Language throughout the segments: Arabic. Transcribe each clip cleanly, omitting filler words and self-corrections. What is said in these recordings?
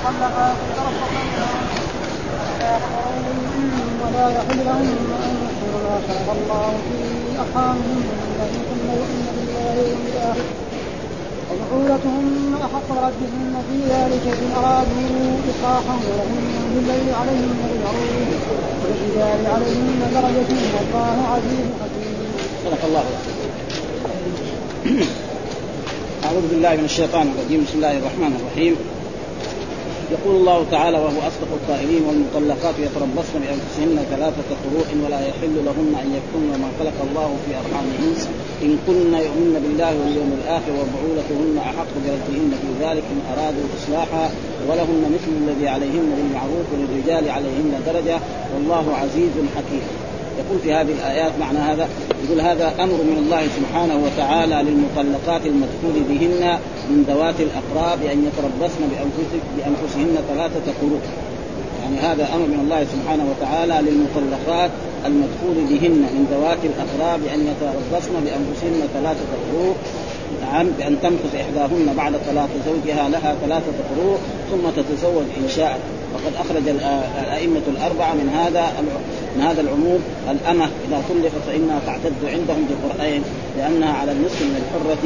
والمطلقات يتربصن ولا يحل لهن أن يحصن ما خلق الله في أرحامهن إن كن يؤمن بالله واليوم الآخر وبعولتهن أحق بردهن في ذلك إن أرادوا إصلاحا ولهن بالليل عليهن بالمعروف وللرجال عليهن درجة والله عزيز حكيم. صدق الله. أعوذ بالله من الشيطان الرجيم. بسم الله الرحمن الرحيم. يقول الله تعالى وهو أصدق القائلين والمطلقات يتربصن بأنفسهن 3 قروء ولا يحل لهن أن يكتمن ما خلق الله في أرحامهن إن كن يؤمن بالله واليوم الآخر وبعولتهن أحق بردهن في ذلك إن أرادوا إصلاحا ولهن مثل الذي عليهن بالمعروف وللرجال عليهن درجة والله عزيز حكيم. يقول في هذه الآيات معنى هذا، يقول هذا أمر من الله سبحانه وتعالى للمطلقات المدخول بهن من ذوات الأقراب أن يتربصن بأنفسهن 3 قروء. يعني هذا أمر من الله سبحانه وتعالى للمطلقات المدخول بهن من ذوات الأقراب أن يتربصن بأنفسهن 3 قروء، نعم، بأن تمكث إحداهن بعد طلاق زوجها لها 3 قروء ثم تتزوج إن شاءت. وقد أخرج الأئمة الأربعة من هذا العموم الأمة إذا طلقت فإنها تعتد عندهم بقرئين لأنها على النصف من الحرة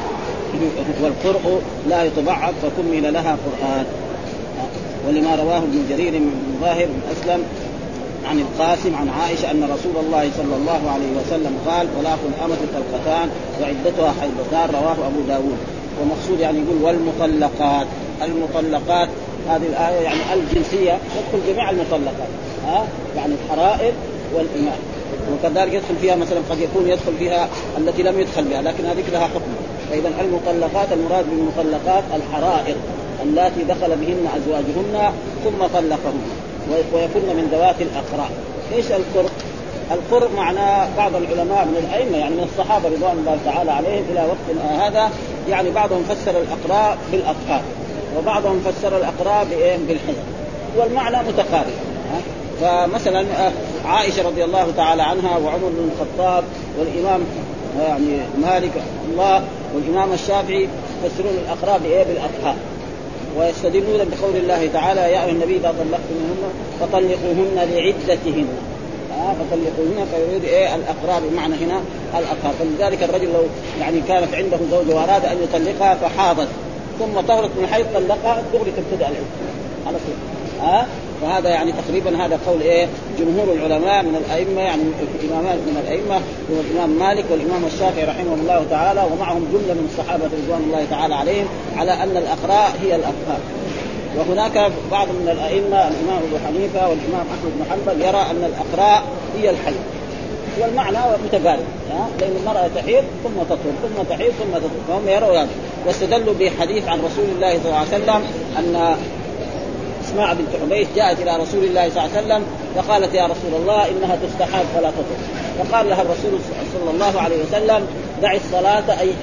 والقرء لا يتضعف فكمل لها قرآن. ولما رواه ابن جرير من ظاهر بن أسلم عن القاسم عن عائشة أن رسول الله صلى الله عليه وسلم قال طلاق الأمة طلقتان وعدتها حيضتان، رواه أبو داود. ومقصود يعني يقول والمطلقات، المطلقات هذه الآية يعني الجنسية تدخل جميع المطلقات، يعني الحرائر والإماء، وكذلك يدخل فيها مثلا قد يكون يدخل فيها التي لم يدخل بها لكن هذه لها حكم. فإذا المطلقات المراد بالمطلقات الحرائر التي دخل بهن أزواجهن ثم طلقهن ويكون من ذوات الأقراء. إيش القرء؟ القرء معناه بعض العلماء من الأئمة يعني من الصحابة رضوان الله تعالى عليهم إلى وقتنا هذا، يعني بعضهم فسر الأقراء بالأطفال وبعضهم فسر الأقراء بالحيض والمعنى متقارب. فمثلا عائشة رضي الله تعالى عنها وعمر بن الخطاب والإمام يعني مالك الله والإمام الشافعي يفسرون الأقراء بالأطفال ويستدلون بقول الله تعالى يا أيها النبي إذا طلقتموهن فطلقوهن لعدتهن، فطلقوهن فيريد الأقراء بمعنى هنا الأطفال. فلذلك الرجل لو يعني كانت عنده زوجة وأراد أن يطلقها فحاضت ثم طهرت من حيث طلقها دغري تبتدأ العدة على طول. فهذا يعني تقريبا هذا قول جمهور العلماء من الأئمة، يعني الإمامان من الأئمة هو الإمام مالك والإمام الشافعي رحمه الله تعالى ومعهم جملة من الصحابة رضوان الله تعالى عليهم على أن الأقراء هي الأطفال. وهناك بعض من الأئمة الإمام أبو حنيفة والإمام أحمد بن حنبل يرى أن الأقراء هي الحيض، والمعنى متقارب، لأن المرأة تحيض ثم تطهر ثم تحيض ثم تطهر، فهم يروا هذا. واستدلوا بحديث عن رسول الله صلى الله عليه وسلم أن اسماء بنت عبيد جاءت إلى رسول الله صلى الله عليه وسلم فقالت يا رسول الله إنها تستحاض فلا تطهر، فقال لها الرسول صلى الله عليه وسلم دعي الصلاة أي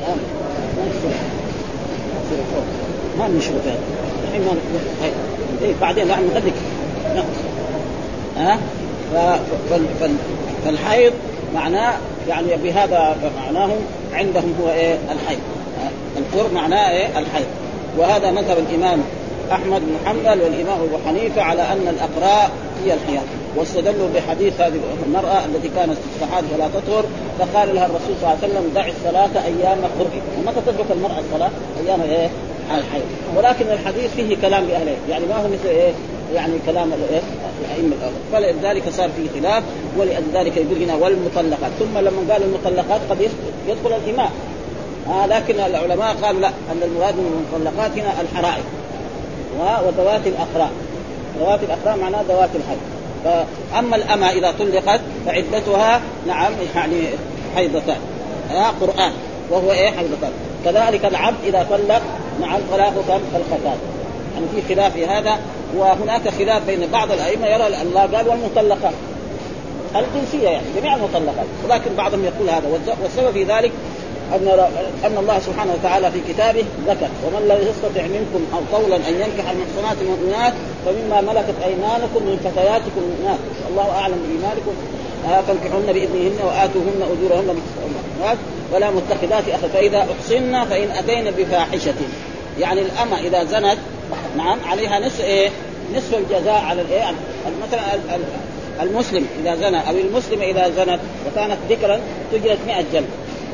ما نشوف بعدين نحن نقدك فالحيض معناه يعني بهذا معناه عندهم هو الحيض، القرء معناه الحيض. وهذا مذهب الإمام أحمد بن حنبل والإمام أبو حنيفة على أن الأقراء هي الحيض، واستدلوا بحديث هذه المرأة التي كانت تستحاض فلا تطهر فقال لها الرسول صلى الله عليه وسلم دع الصلاة أيام قرئك. ومتى تترك المرأة الصلاة؟ أيام الحيض. ولكن الحديث فيه كلام لأهله، يعني ما هو مثل يعني كلام الأئمة الأول، فلذلك صار فيه خلاف. ولذلك يقول هنا والمطلقات، ثم لما قال المطلقات قد يدخل الإماء، لكن العلماء قالوا لا، أن المراد من المطلقات هنا الحرائر وذوات الأقراء. ذوات الأقراء معناه ذوات الحيض. فأما الأمة إذا طلقت فعدتها نعم يعني حيضتان، قرآن وهو حيضتان. كذلك العبد إذا طلق مع الطلاق كالختان، يعني في خلاف في هذا. وهناك خلاف بين بعض الأئمة يرى الله قال والمطلقات الجنسية يعني جميع المطلقات، ولكن بعضهم يقول هذا. والسبب في ذلك أن الله سبحانه وتعالى في كتابه ذكر ومن لا يستطع منكم أو طولا أن ينكح المحصنات المؤمنات فمما ملكت أيمانكم من فتياتكم المؤمنات الله أعلم بإيمانكم فانكحوهن بإذنهن وآتوهن أجورهن محصنات ولا متخذات أخذ. فإذا أحصن فإن أتين بفاحشة، يعني الأمة إذا زنت نعم عليها نصف الجزاء على مثلا المسلم إذا زنى أو المسلمة إذا زنت وكانت ذكرا تجلد 100 جلد.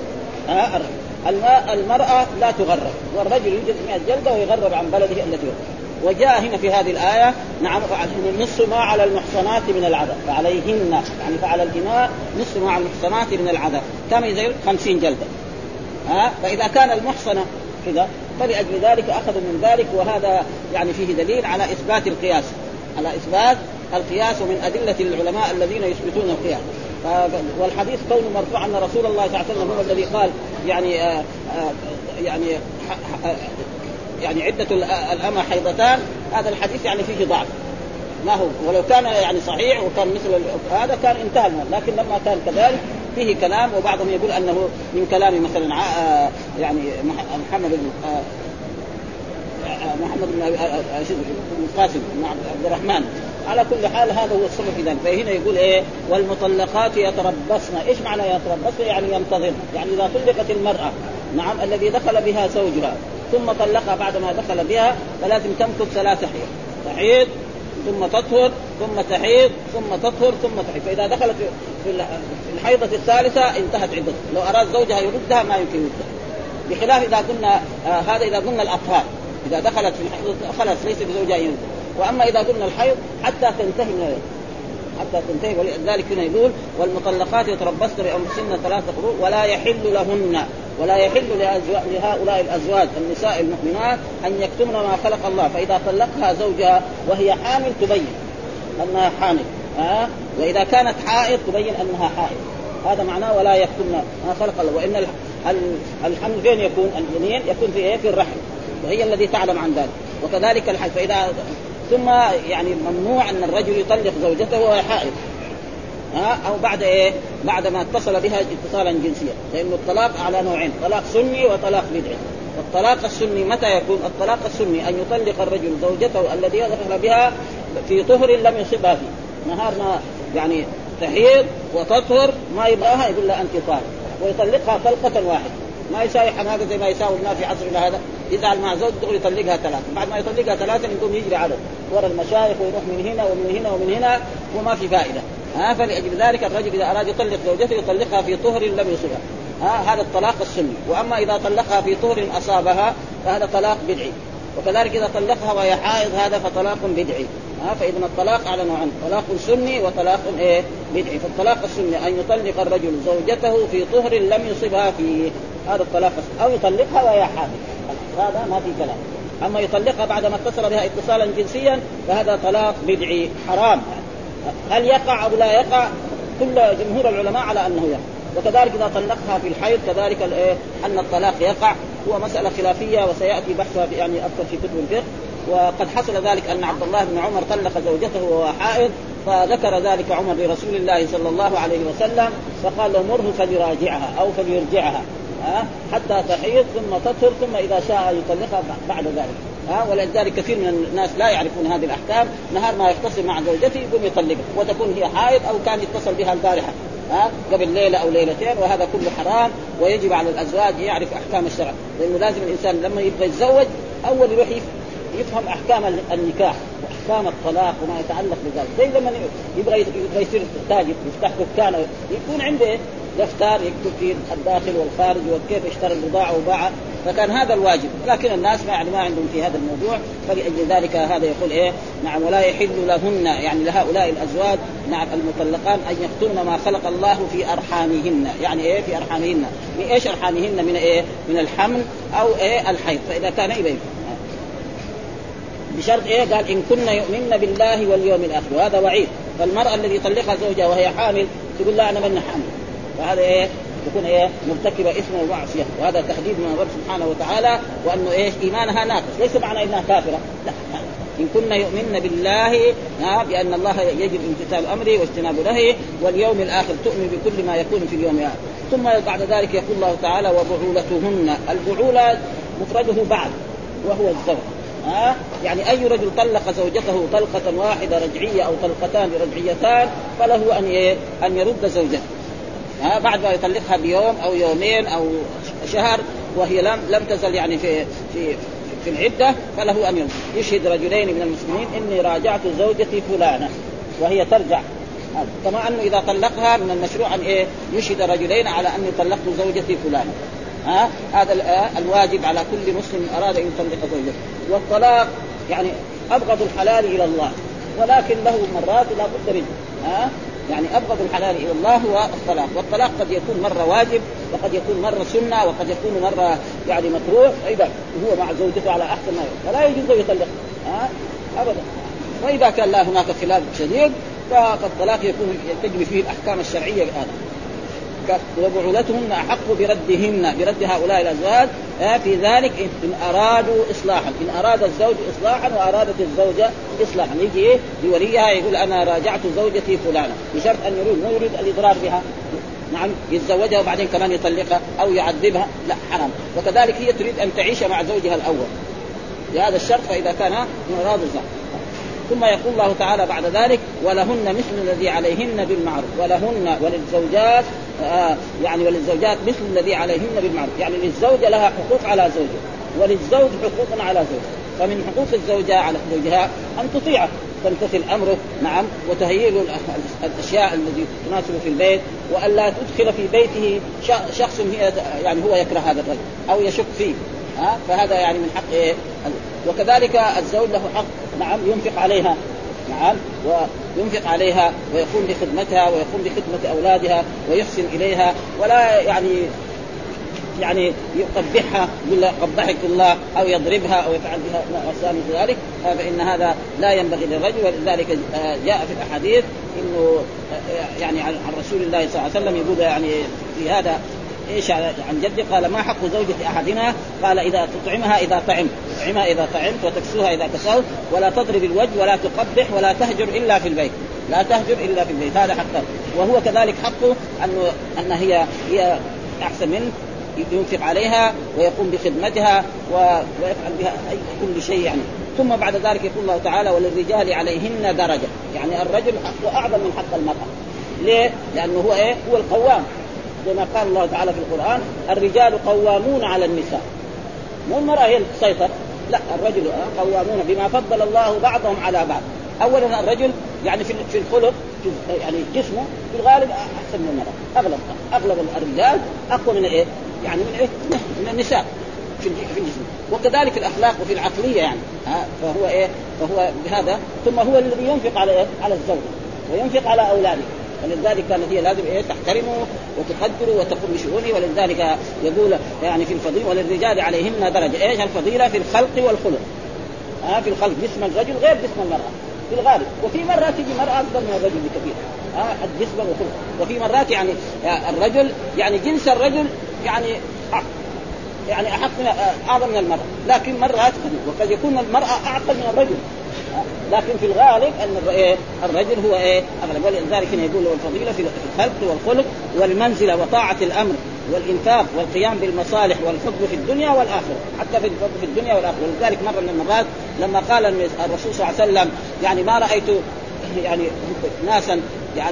المرأة لا تغرب، والرجل يجلد 100 جلدة ويغرب عن بلده التي هو. وجاء هنا في هذه الآية نعم نصف ما على المحصنات من العذاب فعليهن، يعني فعلى الإماء نصف ما على المحصنات من العذاب كما يزيد 50 جلدة. فإذا كان المحصنة كذا فلأجل ذلك أخذوا من ذلك، وهذا يعني فيه دليل على إثبات القياس، على إثبات القياس، ومن أدلة العلماء الذين يثبتون القياس. والحديث كونه مرفوع أن رسول الله صلى الله عليه وسلم هو الذي قال يعني عدة الأمة حيضتان، هذا الحديث يعني فيه ضعف ما هو، ولو كان يعني صحيح وكان مثل هذا كان انتهى الموضوع، لكن لما كان كذلك فيه كلام. وبعضهم يقول أنه من كلام مثلا يعني محمد بن القاسم بن عبد الرحمن. على كل حال هذا هو السبب في ذلك. فهنا يقول والمطلقات يتربصن. ايش معنى يتربصن؟ يعني ينتظر. يعني اذا طلقت المرأة نعم الذي دخل بها زوجها ثم طلقها بعد ما دخل بها فلازم تمكث 3 حيض، تحيض ثم تطهر ثم تحيض ثم تطهر ثم تحيض. فإذا دخلت في الحيضة الثالثة انتهت عدتها، لو أراد زوجها يردها ما يمكن يردها، بخلاف إذا قلنا هذا إذا قلنا الأطهار إذا دخلت في الحيض خلاص ليس بزوجها يرد. وأما إذا قلنا الحيض حتى تنتهي ولذلك هنا يقول والمطلقات يتربصن بأنفسهن 3 قروء ولا يحل لهؤلاء الأزواج النساء المؤمنات أن يكتمن ما خلق الله. فإذا طلقها زوجها وهي حامل تبين أنها حامل، وإذا كانت حائض تبين أنها حائض. هذا معناه ولا يكتمن ما خلق الله. وإن الحمل فين يكون؟ الجنين يكون في الرحم، وهي الذي تعلم عن ذلك. وكذلك الحيض. فإذا ثم يعني ممنوع أن الرجل يطلق زوجته وهي حائض أو بعد ما اتصل بها اتصالا جنسيا، لأن الطلاق على نوعين: طلاق سني وطلاق بدعي. والطلاق السني متى يكون؟ الطلاق السني أن يطلق الرجل زوجته الذي دخل بها في طهر لم يصبها فيه، نهار ما يعني تحيض وتطهر ما يبغاها يقول لها أنت طاهر، ويطلقها طلقة واحدة. ما يساوي حماقة زي ما يساوي الناس في عصرنا هذا، يزعل مع زوج تقول يطلقها 3، بعد ما يطلقها 3 يقوم يجري عدد ورا المشايخ ويروح من هنا ومن هنا ومن هنا وما في فائدة. فلأجل ذلك الرجل إذا أراد يطلق زوجته يطلقها في طهر لم يصبها، هذا الطلاق السني. وأما إذا طلقها في طهر أصابها فهذا طلاق بدعي. وكذلك إذا طلقها وهي حائض هذا فطلاق بدعي. فإذا الطلاق على نوعين: طلاق سني وطلاق بدعي. فالطلاق السني أن يطلق الرجل زوجته في طهر لم يصبها فيه، هذا الطلاق، أو يطلقها وهي حامل، هذا ما في كلام. أما يطلقها بعد ما اتصل بها اتصالا جنسيا فهذا طلاق بدعي حرام. هل يقع أو لا يقع؟ كل جمهور العلماء على أنه يقع. وكذلك إذا طلقها في الحيض كذلك أن الطلاق يقع. هو مسألة خلافية وسيأتي بحثها يعني أكثر في كتب الفقه. وقد حصل ذلك أن عبد الله بن عمر طلق زوجته وهو حائض، فذكر ذلك عمر لرسول الله صلى الله عليه وسلم فقال له مره فليراجعها أو فليرجعها حتى تحيض ثم تطهر ثم إذا شاء يطلقها بعد ذلك. ولذلك كثير من الناس لا يعرفون هذه الأحكام، نهار ما يختصر مع زوجته يقوم يطلقها وتكون هي حائض أو كان يتصل بها البارحة قبل ليلة أو ليلتين، وهذا كله حرام. ويجب على الأزواج يعرف أحكام الشرع، لأنه لازم الإنسان لما يبغى يتزوج أول يروح يفهم أحكام النكاح وأحكام الطلاق وما يتعلق بذلك. زي لما يبغى يصير تاجر يفتح دكان يكون عنده دفتر يكتب فيه الداخل والخارج وكيف يشتري البضاعة وباعها، فكان هذا الواجب. لكن الناس ما عندهم في هذا الموضوع. فلأجل ذلك هذا يقول نعم ولا يحل لهن، يعني لهؤلاء الأزواج نعم المطلقان أن يكتمن ما خلق الله في أرحامهن. يعني في أرحامهن، من إيش أرحامهن؟ من الحمل أو الحيض. فإذا كان بشرط قال إن كنا يؤمن بالله واليوم الآخر، وهذا وعيد. فالمرأة الذي يطلقها زوجها وهي حامل تقول لا أنا من حامل، فهذا يكون مرتكبة إثم ومعصية، وهذا تحديد من رب سبحانه وتعالى، وأنه إيمانها ناقص، ليس معنى إنها كافرة، لا. إن كنا يؤمن بالله بأن الله يجب امتثال أمره واجتناب نهيه واليوم الآخر، تؤمن بكل ما يكون في اليوم الآخر. ثم بعد ذلك يقول الله تعالى وبعولتهن. البعولة مفرده بعد وهو الزوج. يعني أي رجل طلق زوجته طلقة واحدة رجعية أو طلقتان رجعيتان فله أن يرد زوجته بعد ما يطلقها بيوم أو يومين أو شهر وهي لم تزل يعني في في العدة فله أن يشهد رجلين من المسلمين إني راجعت زوجتي فلانة وهي ترجع. كما أنه إذا طلقها من المشروع أن يشهد رجلين على أن طلقت زوجتي فلانة. هذا الواجب على كل مسلم أراد أن يطلق زوجته. والطلاق يعني أبغض الحلال إلى الله، ولكن له مرات لا بد منه. يعني أبغض الحلال إلى الله هو الطلاق. والطلاق قد يكون مرة واجب وقد يكون مرة سنة وقد يكون مرة يعني مكروه. إذا هو مع زوجته على أحسن ما فلا يجوز يطلق أبدا. وإذا كان لا هناك خلاف شديد فالطلاق يكون تجري فيه الأحكام الشرعية الآن. وبعولتهن أحق برد هؤلاء الأزواج في ذلك إن أرادوا إصلاحا، إن أراد الزوج إصلاحا وأرادت الزوجة إصلاحا. يجي لوليها يقول أنا راجعت زوجتي فلانة بشرط أن يريد الإضرار بها، نعم يتزوجها وبعدين كمان يطلقها أو يعذبها، لا حرام. وكذلك هي تريد أن تعيش مع زوجها الأول بهذا الشرط فإذا كان من أراد الزوج. ثم يقول الله تعالى بعد ذلك ولهن مثل الذي عليهن بالمعروف. ولهن وللزوجات يعني وللزوجات مثل الذي عليهن بالمعروف، يعني للزوجة لها حقوق على زوجها وللزوج حقوق على زوجها. فمن حقوق الزوجة على زوجها أن تطيعه تمتثل أمره، نعم، وتهيئ له الأشياء التي تناسب في البيت، وألا تدخل في بيته شخص يعني هو يكره هذا الرجل أو يشك فيه. فهذا يعني من حق وكذلك الزوج له حق، نعم، ينفق عليها، نعم، وينفق عليها ويقوم بخدمتها ويقوم بخدمة أولادها ويحسن إليها، ولا يعني يقبحها بالله قبحك الله أو يضربها أو يفعل بها أسامي ذلك. فإن هذا لا ينبغي للرجل. ولذلك جاء في الأحاديث إنه يعني عن رسول الله صلى الله عليه وسلم يقول يعني في هذا إيش عن جدي قال ما حق زوجة أحدنا؟ قال إذا تطعمها إذا طعمت وتكسوها إذا كسوت ولا تضرب الوجه ولا تقبح ولا تهجر إلا في البيت، لا تهجر إلا في البيت. هذا حقه. وهو كذلك حقه أن هي أحسن منه، ينفق عليها ويقوم بخدمتها ويفعل بها كل شيء يعني. ثم بعد ذلك يقول الله تعالى وللرجال عليهن درجة، يعني الرجل حقه أعظم من حق المرأة. ليه؟ لأنه هو القوام، زي ما قال الله تعالى في القرآن الرجال قوامون على النساء. مو المرأة هي السيطرة، لا، الرجل قوامون بما فضل الله بعضهم على بعض. أولا الرجل يعني في الخلق يعني جسمه في الغالب أحسن من المرأة. أغلب الرجال أقوى من يعني من النساء في الجسم، وكذلك الأخلاق وفي العقلية يعني. فهو بهذا. ثم هو الذي ينفق على الزوج وينفق على أولاده، ولذلك كانت هي لازم تحترمه وتقدره وتقوم بشؤونه. ولذلك يقول يعني في الفضيلة وللرجال عليهن درجة. الفضيلة في الخلق والخلق. في الخلق جسم الرجل غير جسم المرأة في الغالب، وفي مرات تجي مرأة أفضل من الرجل بكثير الجسم والخلق. وفي مرات يعني الرجل يعني جنس الرجل يعني أحق أعظم من المرأة، لكن مرات وقد يكون المرأة أعقل من الرجل، لكن في الغالب أن الرجل هو أغلب. ولذلك يقول الفضيلة في الخلق والخلق والمنزلة وطاعة الأمر والإنفاق والقيام بالمصالح والفضل في الدنيا والآخرة، حتى في الفضل في الدنيا والآخرة. ولذلك مرة من المرات لما قال الرسول صلى الله عليه وسلم يعني ما رأيت ناسا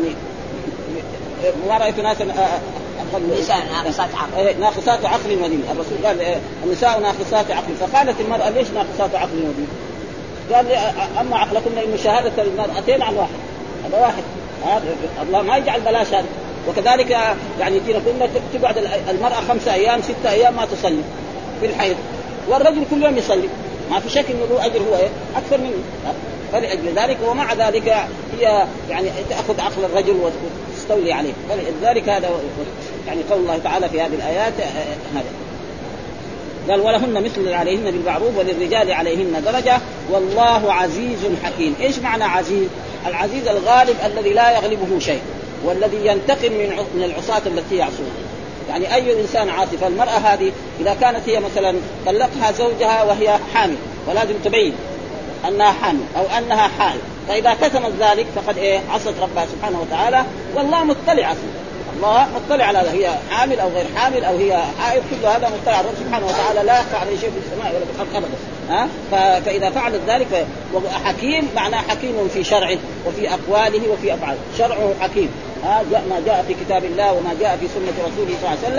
النساء ناقصات عقل ودين. الرسول قال النساء ناقصات عقل، فقالت المرأة ليش ناقصات عقل ودين؟ قال أما عقلكم إن شهادة المرأتين عن واحد، هذا واحد، الله ما يجعل بلاش هذا. وكذلك يعني كنا تقعد المرأة 5 أيام 6 أيام ما تصلي في الحيض، والرجل كل يوم يصلي، ما في شك إنه له أجر هو أكثر منه. فلأجل ذلك ومع ذلك هي يعني تأخذ عقل الرجل وتستولي عليه. فلذلك هذا يعني قول الله تعالى في هذه الآيات هذا قال ولهن مثل عليهن بالمعروف وللرجال عليهن درجة والله عزيز حكيم. إيش معنى عزيز؟ العزيز الغالب الذي لا يغلبه شيء، والذي ينتقم من العصاة التي يعصون. يعني أي إنسان عاصي، فالمرأة هذه إذا كانت هي مثلا طلقها زوجها وهي حامل، ولازم تبين أنها حامل أو أنها حائض، فإذا كتمت ذلك فقد عصت ربها سبحانه وتعالى، والله مطلع الله مطلع على هي حامل أو غير حامل أو هي حائض، كل هذا مطلع على رب سبحانه وتعالى، لا يخفى عليه شيء في السماء ولا في الأرض أبدا. فإذا فعلت ذلك حكيم معناه حكيم في شرعه وفي أقواله وفي أفعاله. شرعه حكيم، ما جاء في كتاب الله وما جاء في سنة رسوله صلى الله عليه وسلم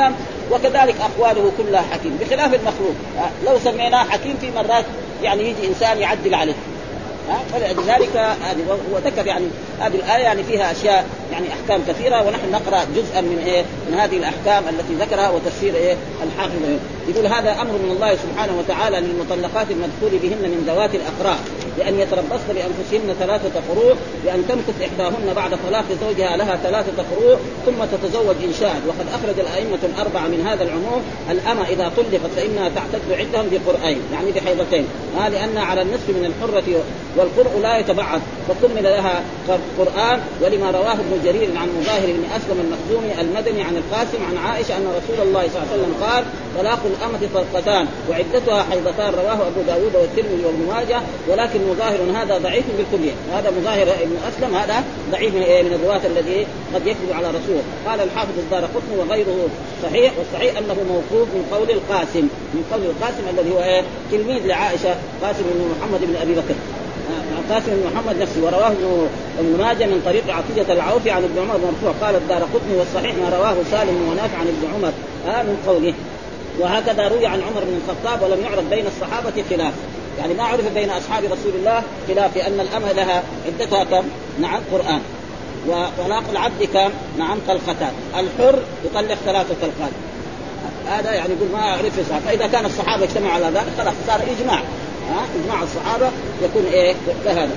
وكذلك أقواله كلها حكيم بخلاف المخلوق. لو سمعناه حكيم في مرات يعني يجي إنسان يعدل عليه. فلذلك هذه وذكر يعني هذه الآية يعني فيها أشياء يعني أحكام كثيرة، ونحن نقرأ جزءا من هذه الأحكام التي ذكرها وتفسير الحافظ. يقول هذا أمر من الله سبحانه وتعالى للمطلقات المذكور بهن من ذوات الأقراء بأن يتربصن بأنفسهن 3 قروء، بأن تمكث إحداهن بعد طلاق زوجها لها 3 قروء ثم تتزوج إن شاءت. وقد أخرج الأئمة الأربعة من هذا العموم الأمة إذا طلقت فإنها تعتد عندهم بقرئين يعني بحيضتين، لأن على النصف من الحرة والقرء لا يتبعد، فكمل لها قرآن. ولما رواه ابن جرير عن مظاهر بن أسلم المخزومي المدني عن القاسم عن عائشة أن رسول الله صلى الله عليه وسلم قال طلاق الأمة طلقتان وعدتها حيضتان، رواه أبو داود والترمذي وابن ماجه، ولكن مظاهر هذا ضعيف بالكلية. هذا مظاهر ابن أسلم هذا ضعيف من الرواة الذي قد يكذب على رسوله. قال الحافظ الدارقطني وغيره صحيح، والصحيح أنه موقوف من قول القاسم، الذي هو تلميذ لعائشة، قاسم بن محمد بن أبي بكر، قاسم بن محمد نفسه. ورواه ابن ماجه من طريق عقيدة العوفي عن ابن عمر مرفوع. قال الدارقطني والصحيح ما رواه سالم ونافع عن ابن عمر من قوله. وهكذا روي عن عمر بن الخطاب ولم يعرف بين الصحابة خلاف، يعني ما عرف بين أصحاب رسول الله خلاف، لأن الأمة لها عدتها كم؟ نعم قرآن. وطلاق العبد كم؟ نعم طلقتان. الحر يطلق 3 طلقات. هذا يعني يقول ما عرف الصحابة. فإذا كان الصحابة اجتمعوا على ذلك خلاص صار إجماع، إجماع الصحابة يكون كهذا.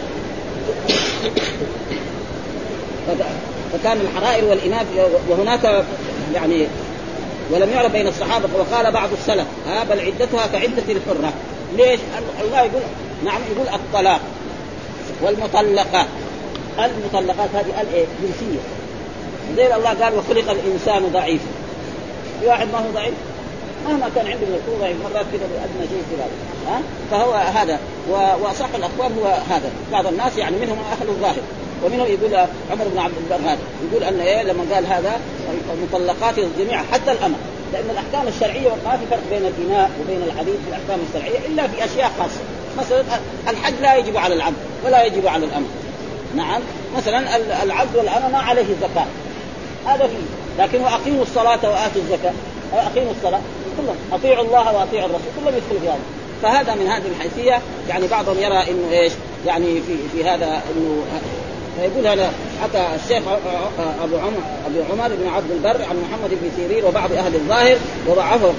فكان الحرائر والإناث وهناك يعني ولم يعرف بين الصحابة. وقال بعض السلف بل عدتها كعدة الحرة. ليش؟ الله يقول نعم يقول الطلاق والمطلقات. المطلقات هذه جنسية، زي الله قال وخلق الإنسان ضعيف. في واحد ما هو ضعيف مهما كان عنده من القوة مرات كده بأدنى شيء في هذا فهو هذا. وأصح الأقوال هو هذا. بعض الناس يعني منهم أهل الظاهر، ومنهم يقول عمر بن عبد البر هذا يقول أن لما قال هذا المطلقات الجميع حتى الأمة، لأن الأحكام الشرعية ما في فرق بين الإناء وبين العبيد في الأحكام الشرعية إلا في أشياء خاصة. مثلا الحج لا يجب على العبد ولا يجب على الأمة. نعم مثلا العبد والأمة ما عليه الزكاة، هذا فيه. لكن وأقيموا الصلاة وآتوا الزكاة، أقيموا الصلاة كلهم، أطيعوا الله وأطيعوا الرسول، كلهم يدخلوا في هذا. فهذا من هذه الحيثية يعني بعضهم يرى إنه إيش يعني في هذا إنه فيقول هذا. حتى الشيخ أبو عمر بن عبد البر عن محمد بن سيرين وبعض أهل الظاهر وضعفه.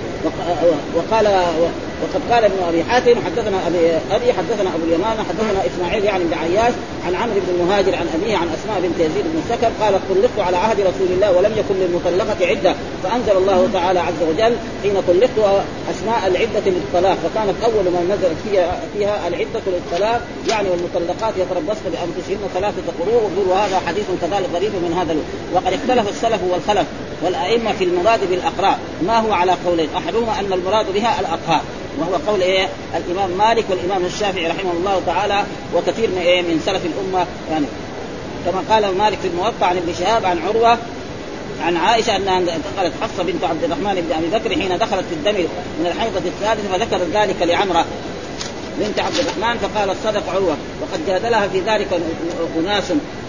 وقد قال ابن أبي حاتم حدثنا أبي حدثنا أبو اليمان حدثنا إسماعيل يعني بن عياش عن عمرو بن المهاجر عن أبيه عن أسماء بنت يزيد بن سكر قالت طلقت على عهد رسول الله ولم يكن للمطلقة عدة، فأنزل الله تعالى عز وجل حين طلقت أسماء العدة للطلاق، فكانت أول ما نزلت فيها العدة للطلاق يعني والمطلقات يتربصن بأنفسهن 3 قروء. وهذا حديث كذلك غريب من هذا وقد اختلف السلف والخلف والأئمة في المراد بالأقراء، ما هو على قولين، أحدهما أن المراد بها الأطهار وهو قول الإمام مالك والإمام الشافعي رحمه الله تعالى وكثير من سلف الأمة، يعني كما قال مالك في الموطأ عن ابن شهاب عن عروة عن عائشة أنها دخلت حفصة بنت عبد الرحمن بن أبي بكر حين دخلت في الدم من الحيضة الثالثة فذكرت ذلك لعمرة بنت عبد الرحمن فقال صدق عروة، وقد جادلها في ذلك أناس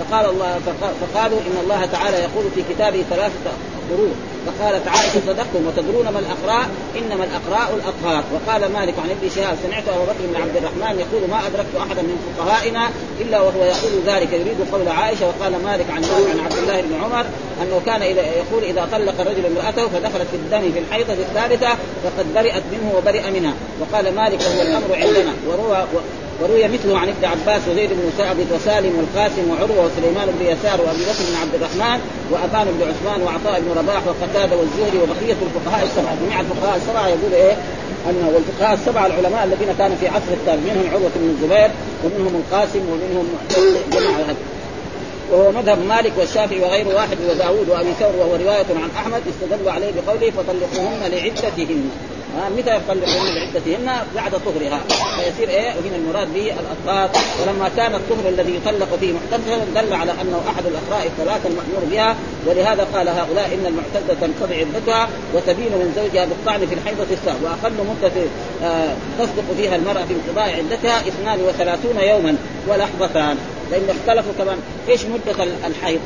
فقالوا إن الله تعالى يقول في كتابه 3 قروء، فقالت عائشة صدقتم وتدرون ما الأقراء إنما الأقراء الأطهار. وقال مالك عن ابن شهاب سمعت أبو بكر بن عبد الرحمن يقول ما أدركت أحدا من فقهائنا إلا وهو يقول ذلك يريد قول عائشة. وقال مالك عن عبد الله بن عمر أنه كان يقول إذا طلق الرجل امرأته فدخلت في الدم في الحيضة الثالثة فقد برئت منه وبرئ منها. وقال مالك وهو الأمر عندنا. وروي مثله عن ابن عباس وزيد بن ثابت وسالم والقاسم وعروة وسليمان بن يسار وأبي بكر بن عبد الرحمن وأبان بن عثمان وعطاء بن رباح وقتادة والزهري وبقية الفقهاء السبعة. جميع الفقهاء السبعة يقول أن والفقهاء السبعة العلماء الذين كانوا في عصر التابعين منهم عروة بن الزبير ومنهم القاسم ومنهم جماعة هذا، وهو مذهب مالك والشافعي وغير واحد وداود وأبي ثور، وهو رواية عن أحمد استدلوا عليه بقوله فطلقوهن لعدتهن. متى يطلقون لعدتهن؟ بعد طهرها، فيصير ومن المراد به الأطهار. ولما كان الطهر الذي يطلق فيه محتدثا دل على أنه أحد الأقراء الثلاثة المأمور بها، ولهذا قال هؤلاء إن المعتدة تنقضي عدتها وتبين من زوجها بالطعن في الحيضة السابعة، وأقل مدة تصدق فيها المرأة في انقضاء عدتها 32 يوما ولحظتان. لأن اختلفوا كمان إيش مدة الحيض،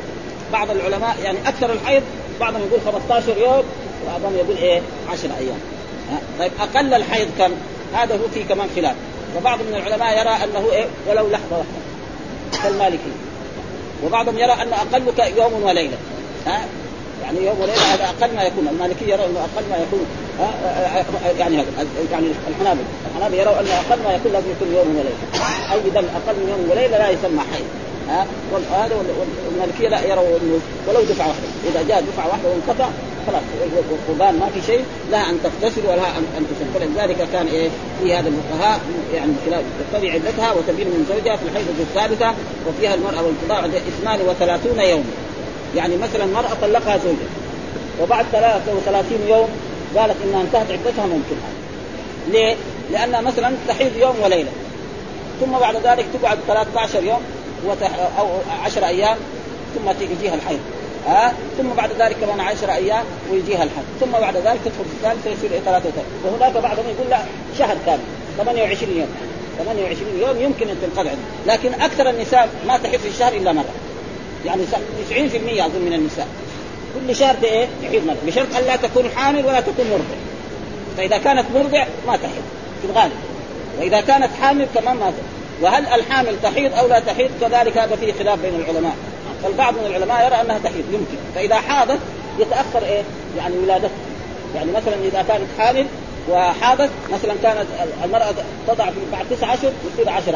بعض العلماء يعني أكثر الحيض بعضهم يقول 15 يوم وبعضهم يقول 10 أيام. طيب أقل الحيض كم؟ هذا هو فيه كمان خلاف. وبعض من العلماء يرى أنه ولو لحظة واحدة كالمالكي، وبعضهم يرى أن أقل يوم وليلة. يعني يوم وليلة هذا أقل ما يكون. المالكي يرى أنه أقل ما يكون يعني هذا يعني الحنابلة يروا أن أقل ما يكون لازم يكون يوم وليلة. أي دم أقل من يوم وليلة لا يسمى حيض. هذا والمالكية لا يروا أنه ولو دفعة واحدة، إذا جاء دفعة واحدة وانقطع خلاص والقربان ما في شيء، لها أن تغتسل ولها أن تسلم. فلذلك كان في هذا الفقهاء يعني تقتضي عدتها وتبين من زوجها في الحيضة الثابتة وفيها المرأة والانقضاء 32 يوم. يعني مثلا المرأة طلقها زوجها وبعد 33 يوم قالت إنها انتهت عدتها ممكن. ليه؟ لأنها مثلا تحيض يوم وليلة ثم بعد ذلك تقعد 13 يوم أو 10 أيام ثم تيجيها الحيض، ثم بعد ذلك كمان 10 أيام ويجيها الحيض، ثم بعد ذلك تدخل في الثالثة يصير 33. وهناك بعضهم يقول لا شهر كامل 28 يوم. 28 يوم يمكن أن تنقضي، لكن أكثر النساء ما تحيض في الشهر إلا مرة. يعني 90% أظن من النساء كل شهر تحيض مرة، بشرط أن لا تكون حامل ولا تكون مرضع. فإذا كانت مرضع ما تحيض في الغالب، وإذا كانت حامل كمان ما تحيض. وهل الحامل تحيض أو لا تحيض كذلك هذا فيه خلاف بين العلماء. فالبعض من العلماء يرى أنها تحيض يمكن، فإذا حاضت يتأخر يعني ولادتها. يعني مثلا إذا كانت حامل وحاضت مثلا كانت المرأة تضع بعد 9 أشهر يصير 10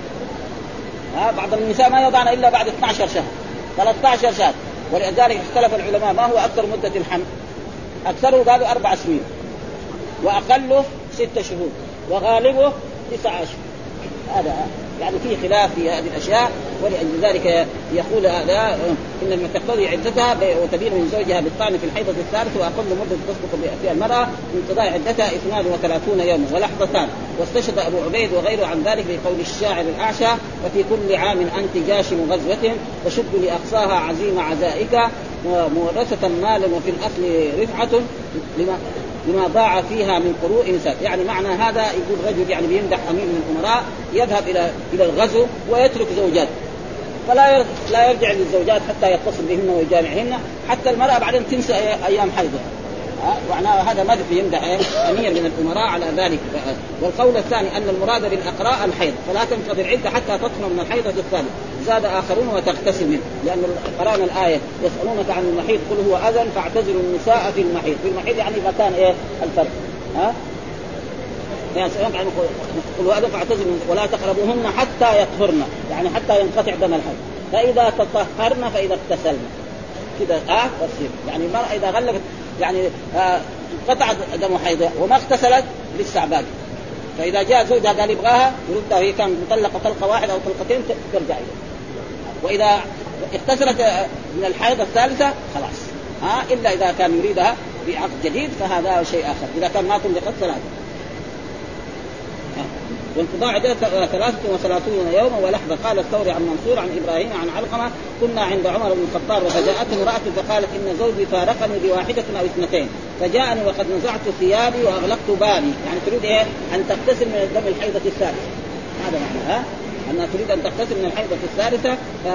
أشهر. بعض النساء ما يضعن إلا بعد 12 شهر 13 شهر. ولذلك اختلف العلماء ما هو أكثر مدة الحمل. أكثره قالوا 4 سنين وأقله 6 شهور وغالبه 9 أشهر. هذا يعني فيه خلاف في هذه الأشياء. ولذلك يقول هذا إن المتقضي عدتها وتبين من زوجها بالطعن في الحيضة الثالثة وأقل مدة تسبق فيها المرأة من قضاء عدتها 32 يوما ولحظتان. واستشهد أبو عبيد وغيره عن ذلك بقول الشاعر الأعشى وفي كل عام أنت جاشم غزوة تشد لأقصاها عزيم عزائك مورثة مالا وفي الأصل رفعة لما ضاع فيها من قروء إنسان. يعني معنى هذا يقول رجل يعني بيمدح أمير من الأمراء يذهب إلى الغزو ويترك زوجات، فلا يرجع للزوجات حتى يتصل بهن ويجامعهن حتى المرأة بعدين تنسى أيام حيضها. معناه هذا مدح يمدح أمير من الأمراء على ذلك. والقول الثاني أن المراد بالأقراء الحيض فلا تنقضي العدة حتى تطهر من الحيضة الثالثة. زاد آخرون وتغتسل منه، لأن قرأنا الآية يسألونك عن المحيض قل هو أذى فاعتزلوا النساء في المحيض. في المحيض يعني مكان الفرق. يعني قل هو أذى فاعتزلوا ولا تقربوهن حتى يطهرن، يعني حتى ينقطع دم الحيض. فإذا تطهرن فإذا اغتسلن كده تصير. يعني المرأة إذا غلبت يعني قطعت دم حيضها وما اغتسلت لسه باقي، فإذا جاء زوجها قال يبغاها يردها هي كان مطلقة طلقة واحدة أو طلقتين ترجع إليه. وإذا اغتسلت من الحيضة الثالثة خلاص إلا إذا كان يريدها بعقد جديد فهذا شيء آخر. إذا كان ما طلقت ثلاثة. وانقضاء عدتها 33 يوما ولحظة. قال الثوري عن منصور عن إبراهيم عن علقمة كنا عند عمر بن الخطاب فجاءته امرأة فقالت إن زوجي فارقني بواحدة أو 2 فجاءني وقد نزعت ثيابي وأغلقت بابي. يعني تريد أن تغتسل من الدم الحيضة الثالثة. هذا معنى أنها تريد أن تغتسل من الحيضة الثالثة.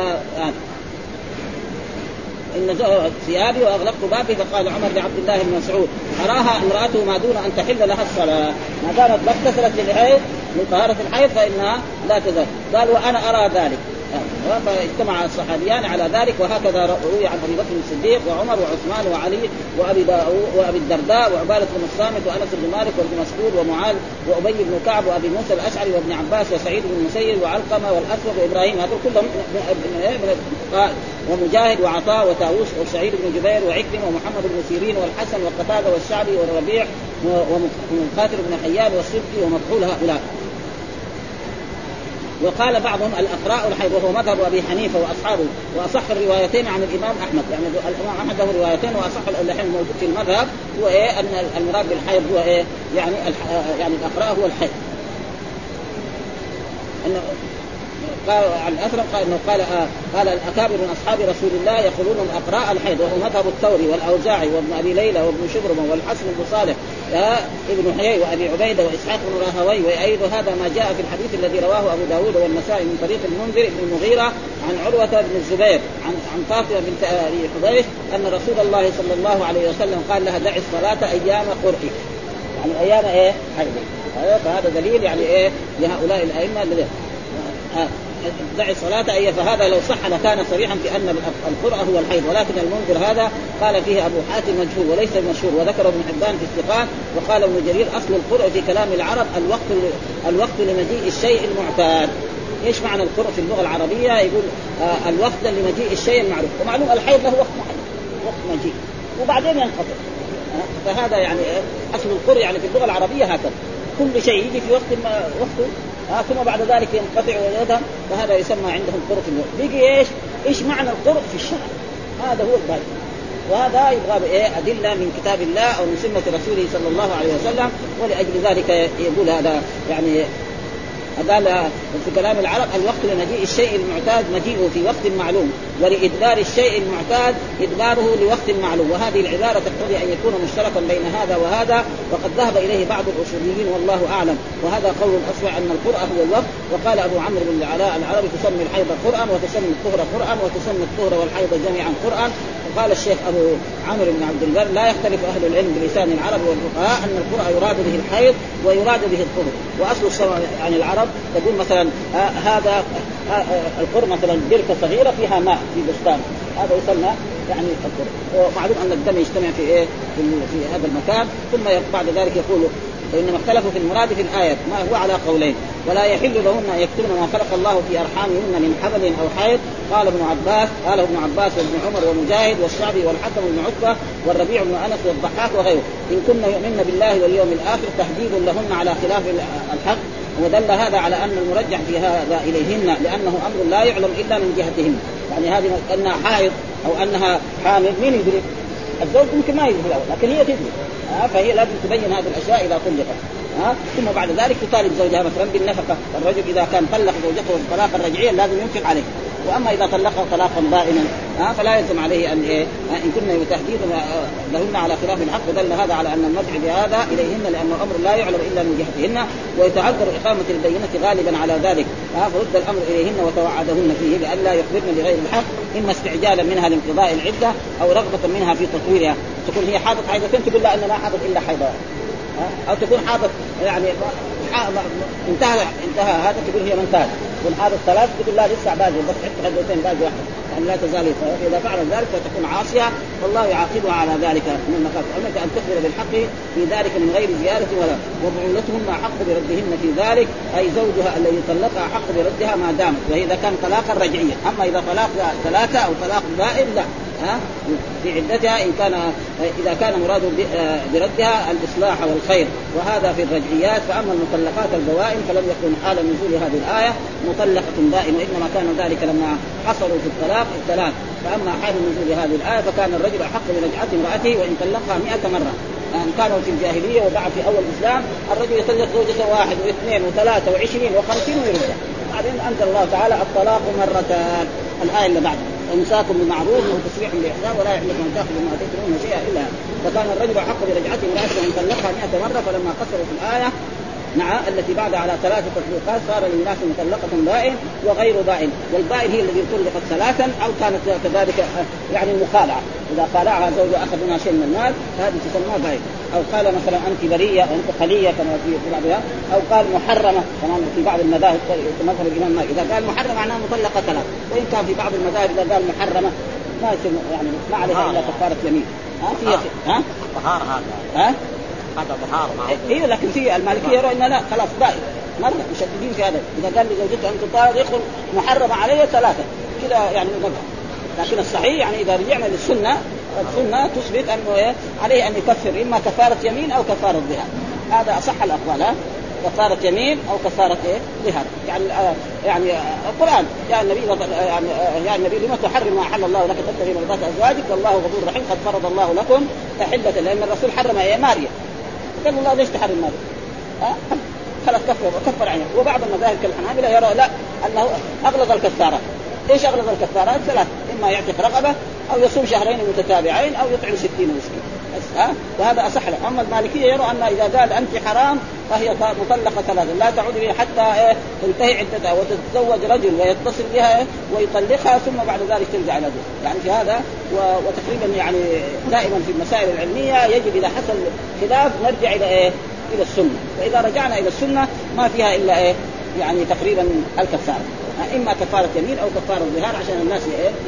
إن ثيابي وأغلقت بابي. فقال عمر لعبد الله بن مسعود أراها امرأته ما دون أن تحل لها الصلاة ما دامت ما اغتسلت للحيض من طهارة الحيض فإنها لا تزال. قال وأنا أرى ذلك. فاجتمع الصحابيان على ذلك. وهكذا روي عن أبي بكر الصديق وعمر وعثمان وعلي وأبي الدرداء وعبادة بن الصامت وأنس بن مالك وابن مسعود ومعاذ وأبي بن كعب وأبي موسى الأشعري وابن عباس وسعيد بن المسيب وعلقمة والأسود وإبراهيم. هذول كلهم ومجاهد وعطاء وطاووس وسعيد بن جبير وعكرمة ومحمد بن سيرين والحسن والقتادة والشعبي والربيع ومقاتل بن حيان والسبكي ومفعول هؤلاء. وقال بعضهم الأقراء الحيض وهو مذهب أبي حنيفة وأصحابه. وأصح الروايتين عن الإمام أحمد. يعني الإمام أحمد له روايتين وأصح الحين موجود في المذهب هو أن المراد بالحيض هو يعني الأقراء هو الحيض. إنه قال عن أثرم قال إنه قال الأكابر من أصحاب رسول الله يقولون الأقراء الحيض وهو مذهب الثوري والأوزاعي وابن أبي ليلى وابن شبرمة والحسن بن صالح ابن حيي وأبي عبيدة وإسحاق بن راهوي، ويؤيد هذا ما جاء في الحديث الذي رواه أبو داود والنسائي من طريق المنذر بن المغيرة عن عروة بن الزبير عن فاطمة بنت أبي حذيفة أن رسول الله صلى الله عليه وسلم قال لها دعي الصلاة أيام قرئك، يعني أيام حيض. فهذا دليل يعني لهؤلاء الأئمة دعي الصلاة أي، فهذا لو صح لكان صريحا في أن القرء هو الحيض، ولكن المنذر هذا قال فيه أبو حاتم مجهول وليس مشهور، وذكر ابن حبان في الثقات. وقال ابن جرير أصل القرء في كلام العرب الوقت لمجيء الشيء المعتاد. إيش معنى القرء في اللغة العربية؟ يقول الوقت لمجيء الشيء المعروف، ومعلوم الحيض له وقت معين، وقت مجيء وبعدين ينقطع. فهذا يعني أصل القرء يعني في اللغة العربية هكذا، كل شيء يجي في وقته ثم بعد ذلك ينقطع ويذهب، فهذا يسمى عندهم قرء في الوقت. بيجي ايش معنى القرء في الشرع؟ هذا هو الباب، وهذا يبغى أدلة من كتاب الله أو من سنة رسوله صلى الله عليه وسلم. ولأجل ذلك يقول هذا يعني هذا في كلام العرب الوقت لمجيء الشيء المعتاد مجيئه في وقت معلوم، ولإدبار الشيء المعتاد إدباره لوقت معلوم. وهذه العبارة تقتضي أن يكون مشتركا بين هذا وهذا، وقد ذهب إليه بعض الأصوليين والله أعلم. وهذا قول الأصوع أن القرء هو الوقت. وقال أبو عمرو بن العلاء العربي تسمي الحيض قرآن وتسمي الطهر قرآن وتسمي الطهر والحيض جميعا قرآن. وقال الشيخ أبو عمرو بن عبد البر لا يختلف أهل العلم بلسان العرب والفقهاء أن القرء يراد به الحيض ويراد به الطهر. وأصل السماء عن العرب تقول مثلا هذا القرء مثلا بركة صغيرة فيها ماء في بستان، هذا يسمى يعني القرء. ومعلوم أن الدم يجتمع في هذا المكان. ثم بعد ذلك يقول وإنما اختلفوا في المراد في الآية ما هو على قولين. ولا يحل لهن أن يكتمن ما خلق الله في أرحامهن من حبل أو حيض. قال ابن عباس وابن عمر ومجاهد والشعبي والحكم بن عتبة والربيع بن أنس والضحاك وغيره إن كن يؤمن بالله واليوم الآخر تحديد لهن على خلاف الحق. ودل هذا على أن المرجح في هذا إليهن لأنه أمر لا يعلم إلا من جهتهن. يعني هذه أنها حائض أو أنها حامل مين يدري؟ الزوج ممكن ما يدري الأول لكن هي تدري، فهي لازم تبين هذه الأشياء إذا طلقت. ثم بعد ذلك تطالب زوجها مثلا بالنفقة. الرجل إذا كان طلق زوجته طلاقا رجعيا لازم ينفق عليه، وأما إذا طلقها طلاقا بائنا فلا يلزم عليه إن كنا تهديد لهن على خلاف الحق. ودل هذا على أن المرجع بهذا إليهن لأن الأمر لا يعلم إلا من جهتهن، ويتعذر إقامة البينة غالبا على ذلك. فرد الأمر إليهن وتوعدهن فيه بألا يخبرن بغير الحق، إما استعجالا منها لانقضاء العدة أو رغبة منها في تطويرها. تكون هي حاضت حيضتين تقول لا أنا لا حاضت إلا حيضة، أو تكون حاضت يعني انتهى هذا تقول هي من انتهت، تكون حاضت ثلاث تقول لا لسه باقي بس حيضتين باقي واحدة، يعني لا تزال. إذا فعل ذلك فتكون عاصية والله يعاقبها على ذلك من مخافة. أمرك أن تخبر بالحق في ذلك من غير زيادة ولا. وبعولتهن أحق بردهن في ذلك، أي زوجها الذي طلقها أحق بردها ما دامت، وإذا كان طلاقا رجعيا. أما إذا طلاق ثلاثة أو طلاق بائن لا في عدتها إذا كان مراد بردها الإصلاح والخير، وهذا في الرجعيات. فأما المطلقات البوائن فلم يكن حال نزول هذه الآية مطلقة بائن، وإنما كان ذلك لما حصلوا في الطلاق الثلاث. فأما حال نزول هذه الآية فكان الرجل أحق برجعة امرأته وإن طلقها 100 مرة. يعني كانوا في الجاهلية وبعد في أول الإسلام الرجل يطلق زوجته 1 و2 و3 و20 و50 ويرجع. بعدين أنزل الله تعالى الطلاق مرتان، الآية اللي بعدها إمساك بمعروف وتسريح بإحسان ولا يحلف من تأخذ ما تكرهون شيئا إلا. فكان الرجل أحق برجعة امرأته وإن طلقها 100 مرة. فلما قصروا في الآية التي بعد على 3 تطليقات صار للناس مطلقة بائن وغير بائن. والبائن هي التي طلقت 3 أو كانت كذلك يعني مخالعة، إذا خالعها زوجها أخذ منها شيء من المال هذه تسمى بائن. أو قال مثلا أنت بريئة أنت خلية كما في بعضها، أو قال محرمة كمان في بعض المذاهب مثل الإمام مالك إذا قال محرمة معناها مطلقة 3. وإن كان في بعض المذاهب إذا قال محرمة ما يصير يعني ما عليها إلا كفارة يمين. فيها طهارة هذا طهارة إيه، لكن في المالكية يرى إن لا خلاص بائن مرة مشددين في هذا. إذا قال لزوجته أنت طالق يدخل محرمة عليه 3 كذا يعني نقطع. لكن الصحيح يعني إذا رجعنا للسنة السنة تثبت أنه عليه أن يكفر إما كفارة يمين أو كفارة ظهار. هذا أصح الأقوال، كفارة يمين أو كفارة ظهار. يعني القرآن يا النبي لما تحرم ما أحل الله لك تبتغي مرضات أزواجك والله غفور رحيم قد فرض الله لكم تحلة. لأن الرسول حرم ماريا قال الله ليش تحرم ماريا؟ خلاص كفر عنه. وبعض المذاهب كالحنابلة يرى لا أنه أغلظ الكفارات. إيش أغلظ الكفارات؟ 3، إما يعتق رقبة أو يصوم 2 شهرين متتابعين أو يطعم 60 مسكين. وهذا أصح له. أما المالكية يروا أن إذا قال أنت حرام فهي مطلقة ثلاثة لا تعود بها حتى تنتهي عدتها وتتزوج رجل ويتصل بها ويطلقها ثم بعد ذلك ترجع له. يعني في هذا وتقريبا يعني دائما في المسائل العلمية يجب إذا حصل خلاف نرجع إلى إلى السنة، فإذا رجعنا إلى السنة ما فيها إلا يعني تقريبا الكفارة، إما كفارة يمين أو كفارة ظهار عشان الناس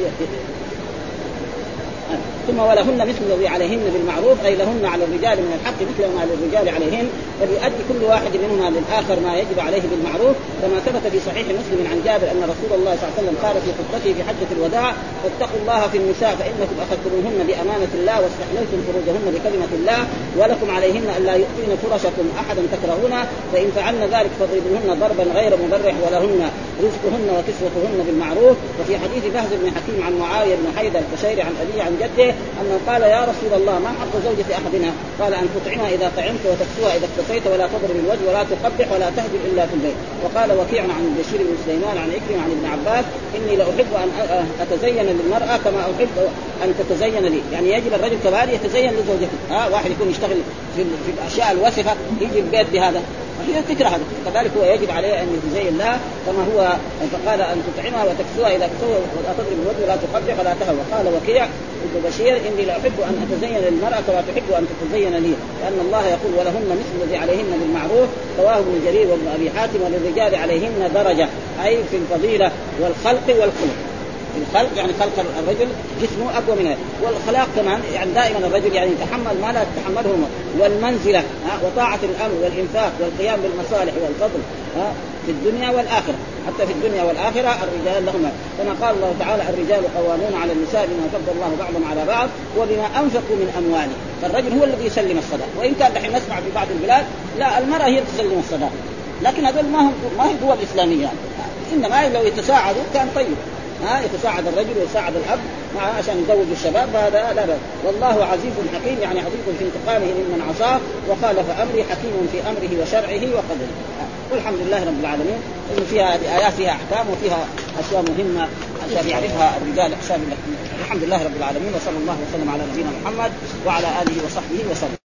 ثم ولهن مثل الذي عليهن بالمعروف، أي لهن على الرجال من الحق مثل ما للرجال عليهن، فليؤدي كل واحد منهما للآخر ما يجب عليه بالمعروف، كما ثبت في صحيح مسلم عن جابر أن رسول الله صلى الله عليه وسلم قال في خطبته في حجة الوداع: فاتقوا الله في النساء فإنكم أخذتموهن بأمانة الله واستحللتم فروجهن بكلمة الله، ولكم عليهن ألا يؤتين فرشكم أحدا تكرهونه، فإن فعلن ذلك فاضربوهن ضربا غير مبرح، ولهن رزقهن وكسوتهن بالمعروف. وفي حديث بهز بن حكيم عن معاوية بن حيدة القشيري عن أبيه عن جده أنه قال: يا رسول الله ما حق زوجة أحدنا؟ قال: أن تطعمها إذا طعمت وتكسوها إذا اكتفيت ولا تضرب الوجه ولا تقبح ولا تهجر إلا في البيت. وقال وكيع عن بشير بن سليمان عن إكرمة عن ابن عباس: إني لأحب أن أتزين للمرأة كما أحب أن تتزين لي. يعني يجب الرجل كذلك يتزين لزوجته. واحد يكون يشتغل في الأشياء الوسخة يجي البيت بهذا هي تكره هذا، كذلك هو يجب عليه أن يتزين لها كما هو. فقال: أن تطعمها وتكسوها إذا كسوها ولا تضرب الوجه ولا تقبح ولا تهوى. قال وكيع ابن بشير: إني لأحب أن أتزين للمرأة كما تحب أن تتزين لي، لأن الله يقول: ولهن مثل الذي عليهن بالمعروف. رواه ابن جرير وابن أبي حاتم: وللرجال عليهن درجة، أي في الفضيلة والخلق والخلق. الخلق يعني خلق الرجل جسمه أقوى منه، والخلاق كمان يعني دائما الرجل يعني يتحمل ما لا تتحمله، والمنزلة وطاعة الأمر والإنفاق والقيام بالمصالح والفضل في الدنيا والآخرة. حتى في الدنيا والآخرة الرجال لهم، كما قال الله تعالى: الرجال قوامون على النساء بما فضل الله بعضهم على بعض وبما أنفقوا من أموالهم. فالرجل هو الذي يسلم الصدقة، وإن كان دحين نسمع في بعض البلاد لا المرأة هي تسلم الصدقة، لكن هذول ما هي دول إسلامية، إنما لو يتساعدوا كان طيب. يتساعد الرجل ويساعد الأب عشان يزوج الشباب، هذا لا. والله عزيز حكيم، يعني عزيز في انتقامه ممن عصاه وخالف أمره، حكيم في أمره وشرعه وقدره. والحمد لله رب العالمين إن فيها آيات فيها أحكام وفيها أشياء مهمة عشان يعرفها الرجال أحسن. الحمد لله رب العالمين، وصلى الله وسلم على نبينا محمد وعلى آله وصحبه وسلم.